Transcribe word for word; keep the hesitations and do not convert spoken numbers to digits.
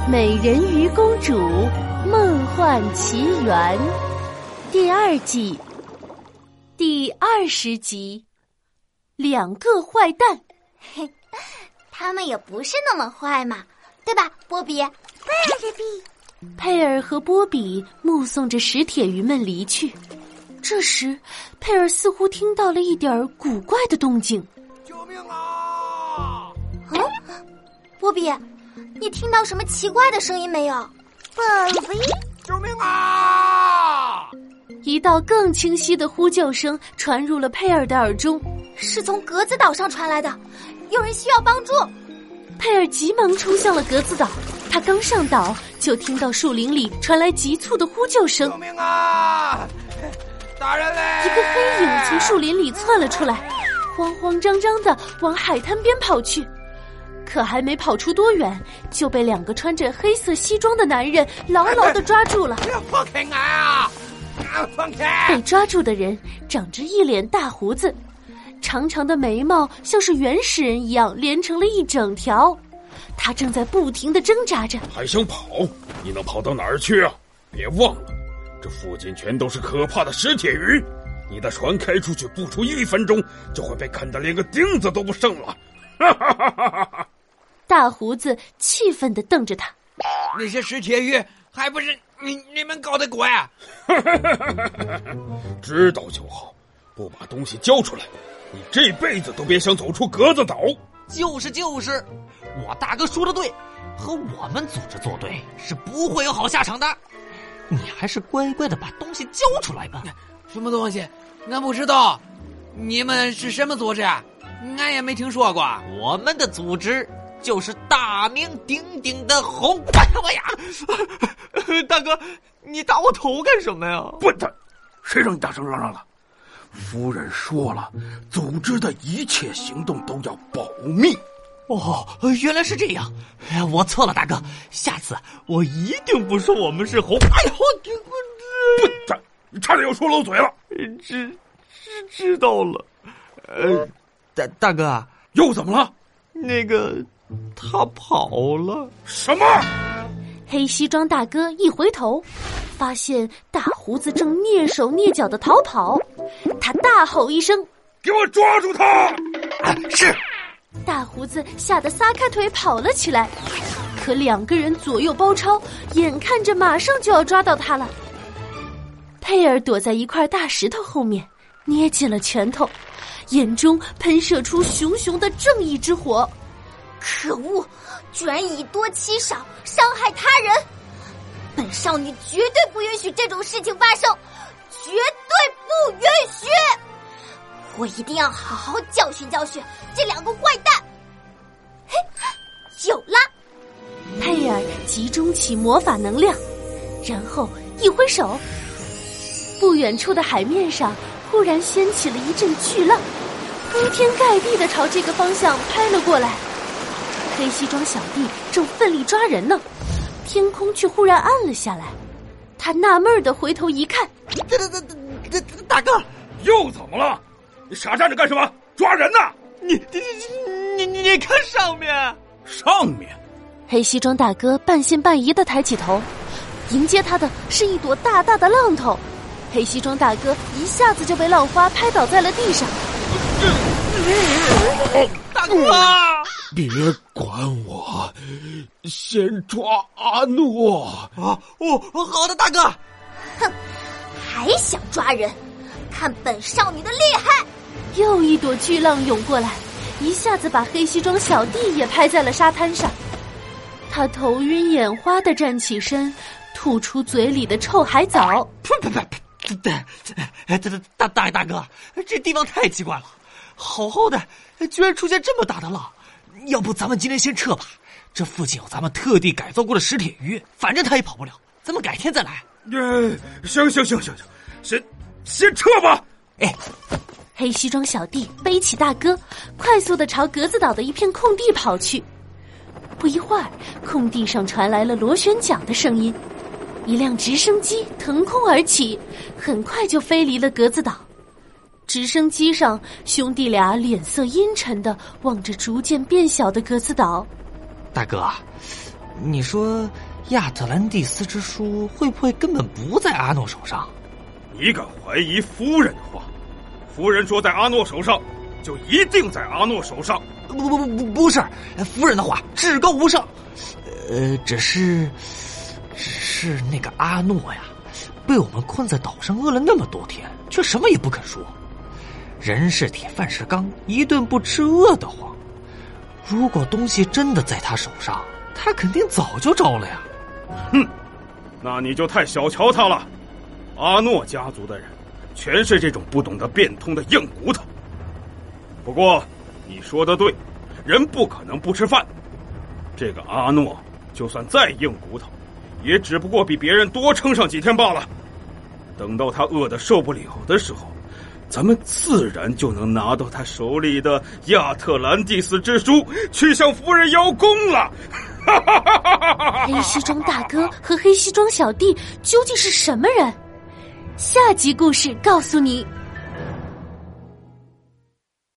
美人鱼公主梦幻奇缘第二季第二十集，两个坏蛋。 嘿，他们也不是那么坏嘛，对吧，波比？对，比。 佩尔和波比目送着石铁鱼们离去。这时，佩尔似乎听到了一点古怪的动静。 救命啊！ 嗯，波比，你听到什么奇怪的声音没有？波比， 救命啊！ 一道更清晰的呼救声传入了佩尔的耳中， 是从格子岛上传来的，有人需要帮助。 佩尔急忙冲向了格子岛，他刚上岛，就听到树林里传来急促的呼救声。 救命啊！大人嘞！ 一个黑影从树林里窜了出来，慌慌张张地往海滩边跑去。可还没跑出多远，就被两个穿着黑色西装的男人牢牢地抓住了。 放开俺啊！放开！ 被抓住的人长着一脸大胡子，长长的眉毛像是原始人一样连成了一整条。他正在不停地挣扎着。 还想跑？你能跑到哪儿去啊？别忘了，这附近全都是可怕的石铁鱼，你的船开出去不出一分钟，就会被啃得连个钉子都不剩了。哈哈哈哈哈！ 大胡子气愤地瞪着他。 那些石铁鱼还不是你你们搞的鬼？ 知道就好，不把东西交出来，你这辈子都别想走出格子岛。 就是就是，我大哥说的对，和我们组织作对是不会有好下场的。你还是乖乖的把东西交出来吧。 什么东西？俺不知道。你们是什么组织啊？俺也没听说过。 我们的组织就是大名鼎鼎的红。哎呀，大哥，你打我头干什么呀？ 笨蛋，谁让你大声嚷嚷了？夫人说了，组织的一切行动都要保密。 哦，原来是这样。我错了，大哥，下次我一定不说我们是红。哎呦， 笨蛋，你差点又说漏嘴了。 知知知道了。呃，大大哥， 又怎么了？ 那个，他跑了。 什么？ 黑西装大哥一回头，发现大胡子正蹑手蹑脚地逃跑。他大吼一声：“ 给我抓住他！” 啊，是。 大胡子吓得撒开腿跑了起来，可两个人左右包抄，眼看着马上就要抓到他了。佩尔躲在一块大石头后面，捏紧了拳头，眼中喷射出熊熊的正义之火。 可恶，居然以多欺少，伤害他人！本少女绝对不允许这种事情发生，绝对不允许！我一定要好好教训教训这两个坏蛋。嘿，有了！ 佩尔集中起魔法能量，然后一挥手，不远处的海面上忽然掀起了一阵巨浪，铺天盖地地朝这个方向拍了过来。黑西装小弟正奋力抓人呢，天空却忽然暗了下来。他纳闷地回头一看， 大大大大大哥， 又怎么了？你傻站着干什么？抓人呢！ 你你你你你看上面， 上面！ 黑西装大哥半信半疑地抬起头，迎接他的是一朵大大的浪头。黑西装大哥一下子就被浪花拍倒在了地上。 大哥， 别管我，先抓阿诺啊！哦，好的，大哥。 哼，还想抓人？看本少女的厉害！ 又一朵巨浪涌过来，一下子把黑西装小弟也拍在了沙滩上。他头晕眼花地站起身，吐出嘴里的臭海藻。 呸呸呸呸！大大大大大哥，这地方太奇怪了，好好的，居然出现这么大的浪。要不咱们今天先撤吧？这附近有咱们特地改造过的石铁鱼，反正他也跑不了，咱们改天再来。 呃，行行行行行，先先撤吧。 哎， 黑西装小弟背起大哥，快速地朝格子岛的一片空地跑去。不一会儿，空地上传来了螺旋桨的声音，一辆直升机腾空而起，很快就飞离了格子岛。直升机上，兄弟俩脸色阴沉地望着逐渐变小的格子岛。 大哥， 你说亚特兰蒂斯之书会不会根本不在阿诺手上？ 你敢怀疑夫人的话？夫人说在阿诺手上，就一定在阿诺手上。 不不不不不是，夫人的话至高无上。呃，只是，只是那个阿诺呀，被我们困在岛上饿了那么多天，却什么也不肯说。人是铁，饭是钢，一顿不吃饿得慌。如果东西真的在他手上，他肯定早就招了呀。 哼，那你就太小瞧他了。阿诺家族的人全是这种不懂得变通的硬骨头。不过你说的对，人不可能不吃饭。这个阿诺就算再硬骨头，也只不过比别人多撑上几天罢了。等到他饿得受不了的时候，咱们自然就能拿到他手里的亚特兰蒂斯之书，去向夫人邀功了。 黑西装大哥和黑西装小弟究竟是什么人？下集故事告诉你。